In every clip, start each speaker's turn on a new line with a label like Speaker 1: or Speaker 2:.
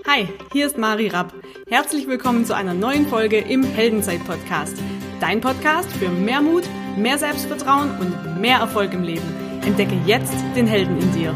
Speaker 1: Hi, hier ist Mari Rapp. Herzlich willkommen zu einer neuen Folge im Heldenzeit-Podcast. Dein Podcast für mehr Mut, mehr Selbstvertrauen und mehr Erfolg im Leben. Entdecke jetzt den Helden in dir.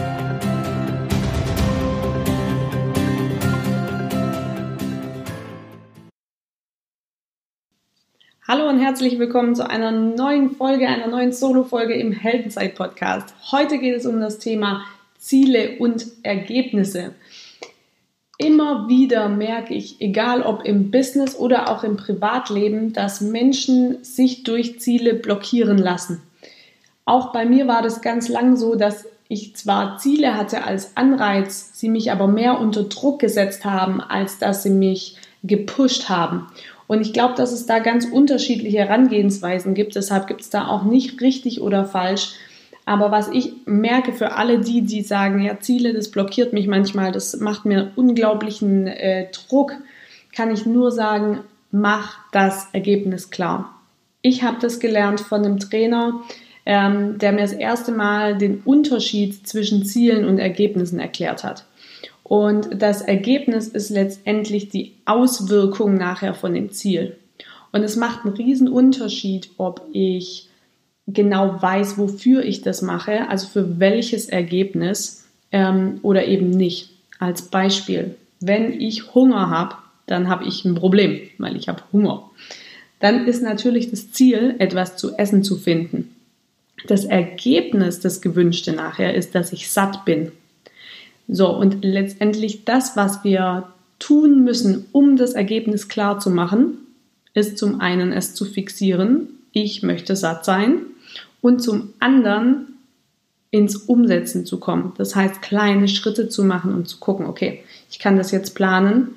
Speaker 1: Hallo und herzlich willkommen zu einer neuen Folge, einer neuen Solo-Folge im Heldenzeit-Podcast. Heute geht es um das Thema Ziele und Ergebnisse. Immer wieder merke ich, egal ob im Business oder auch im Privatleben, dass Menschen sich durch Ziele blockieren lassen. Auch bei mir war das ganz lang so, dass ich zwar Ziele hatte als Anreiz, sie mich aber mehr unter Druck gesetzt haben, als dass sie mich gepusht haben. Und ich glaube, dass es da ganz unterschiedliche Herangehensweisen gibt. Deshalb gibt es da auch nicht richtig oder falsch. Aber was ich merke für alle die sagen, ja, Ziele, das blockiert mich manchmal, das macht mir unglaublichen Druck, kann ich nur sagen, mach das Ergebnis klar. Ich habe das gelernt von einem Trainer, der mir das erste Mal den Unterschied zwischen Zielen und Ergebnissen erklärt hat. Und das Ergebnis ist letztendlich die Auswirkung nachher von dem Ziel. Und es macht einen riesen Unterschied, ob ich genau weiß, wofür ich das mache, also für welches Ergebnis oder eben nicht. Als Beispiel, wenn ich Hunger habe, dann habe ich ein Problem, weil ich habe Hunger. Dann ist natürlich das Ziel, etwas zu essen zu finden. Das Ergebnis, das Gewünschte nachher, ist, dass ich satt bin. So, und letztendlich das, was wir tun müssen, um das Ergebnis klar zu machen, ist zum einen es zu fixieren, ich möchte satt sein, und zum anderen ins Umsetzen zu kommen. Das heißt, kleine Schritte zu machen und zu gucken, okay, ich kann das jetzt planen,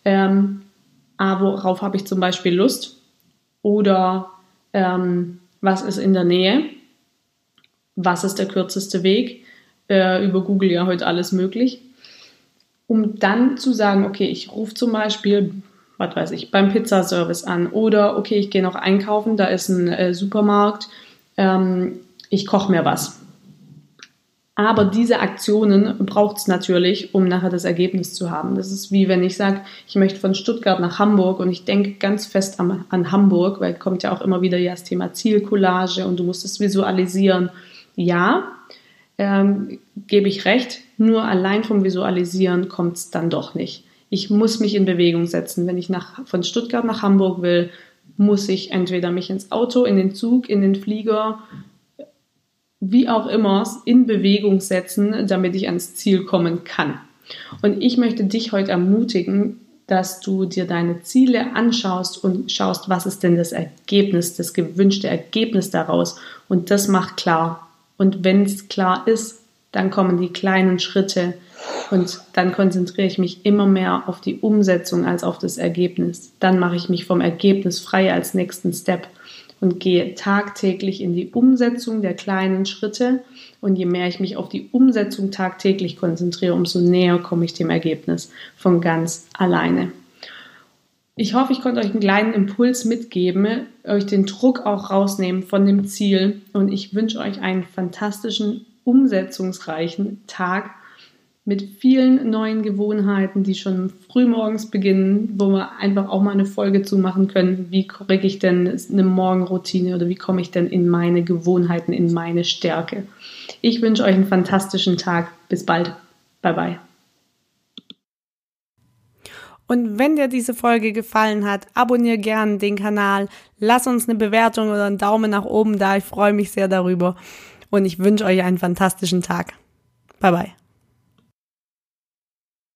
Speaker 1: worauf habe ich zum Beispiel Lust oder was ist in der Nähe, was ist der kürzeste Weg, über Google ja heute alles möglich, um dann zu sagen, okay, ich rufe zum Beispiel, was weiß ich, beim Pizzaservice an oder okay, ich gehe noch einkaufen, da ist ein Supermarkt, ich koche mir was. Aber diese Aktionen braucht es natürlich, um nachher das Ergebnis zu haben. Das ist wie wenn ich sage, ich möchte von Stuttgart nach Hamburg und ich denke ganz fest an Hamburg, weil kommt ja auch immer wieder das Thema Zielcollage und du musst es visualisieren. Ja, gebe ich recht, nur allein vom Visualisieren kommt es dann doch nicht. Ich muss mich in Bewegung setzen. Wenn ich von Stuttgart nach Hamburg will, muss ich entweder mich ins Auto, in den Zug, in den Flieger, wie auch immer, in Bewegung setzen, damit ich ans Ziel kommen kann. Und ich möchte dich heute ermutigen, dass du dir deine Ziele anschaust und schaust, was ist denn das Ergebnis, das gewünschte Ergebnis daraus. Und das macht klar. Und wenn es klar ist, dann kommen die kleinen Schritte und dann konzentriere ich mich immer mehr auf die Umsetzung als auf das Ergebnis. Dann mache ich mich vom Ergebnis frei als nächsten Step und gehe tagtäglich in die Umsetzung der kleinen Schritte. Und je mehr ich mich auf die Umsetzung tagtäglich konzentriere, umso näher komme ich dem Ergebnis von ganz alleine. Ich hoffe, ich konnte euch einen kleinen Impuls mitgeben, euch den Druck auch rausnehmen von dem Ziel. Und ich wünsche euch einen fantastischen, umsetzungsreichen Tag mit vielen neuen Gewohnheiten, die schon frühmorgens beginnen, wo wir einfach auch mal eine Folge zu machen können. Wie kriege ich denn eine Morgenroutine oder wie komme ich denn in meine Gewohnheiten, in meine Stärke? Ich wünsche euch einen fantastischen Tag. Bis bald. Bye bye. Und wenn dir diese Folge gefallen hat, abonniere gerne den Kanal, lass uns eine Bewertung oder einen Daumen nach oben da. Ich freue mich sehr darüber und ich wünsche euch einen fantastischen Tag. Bye bye.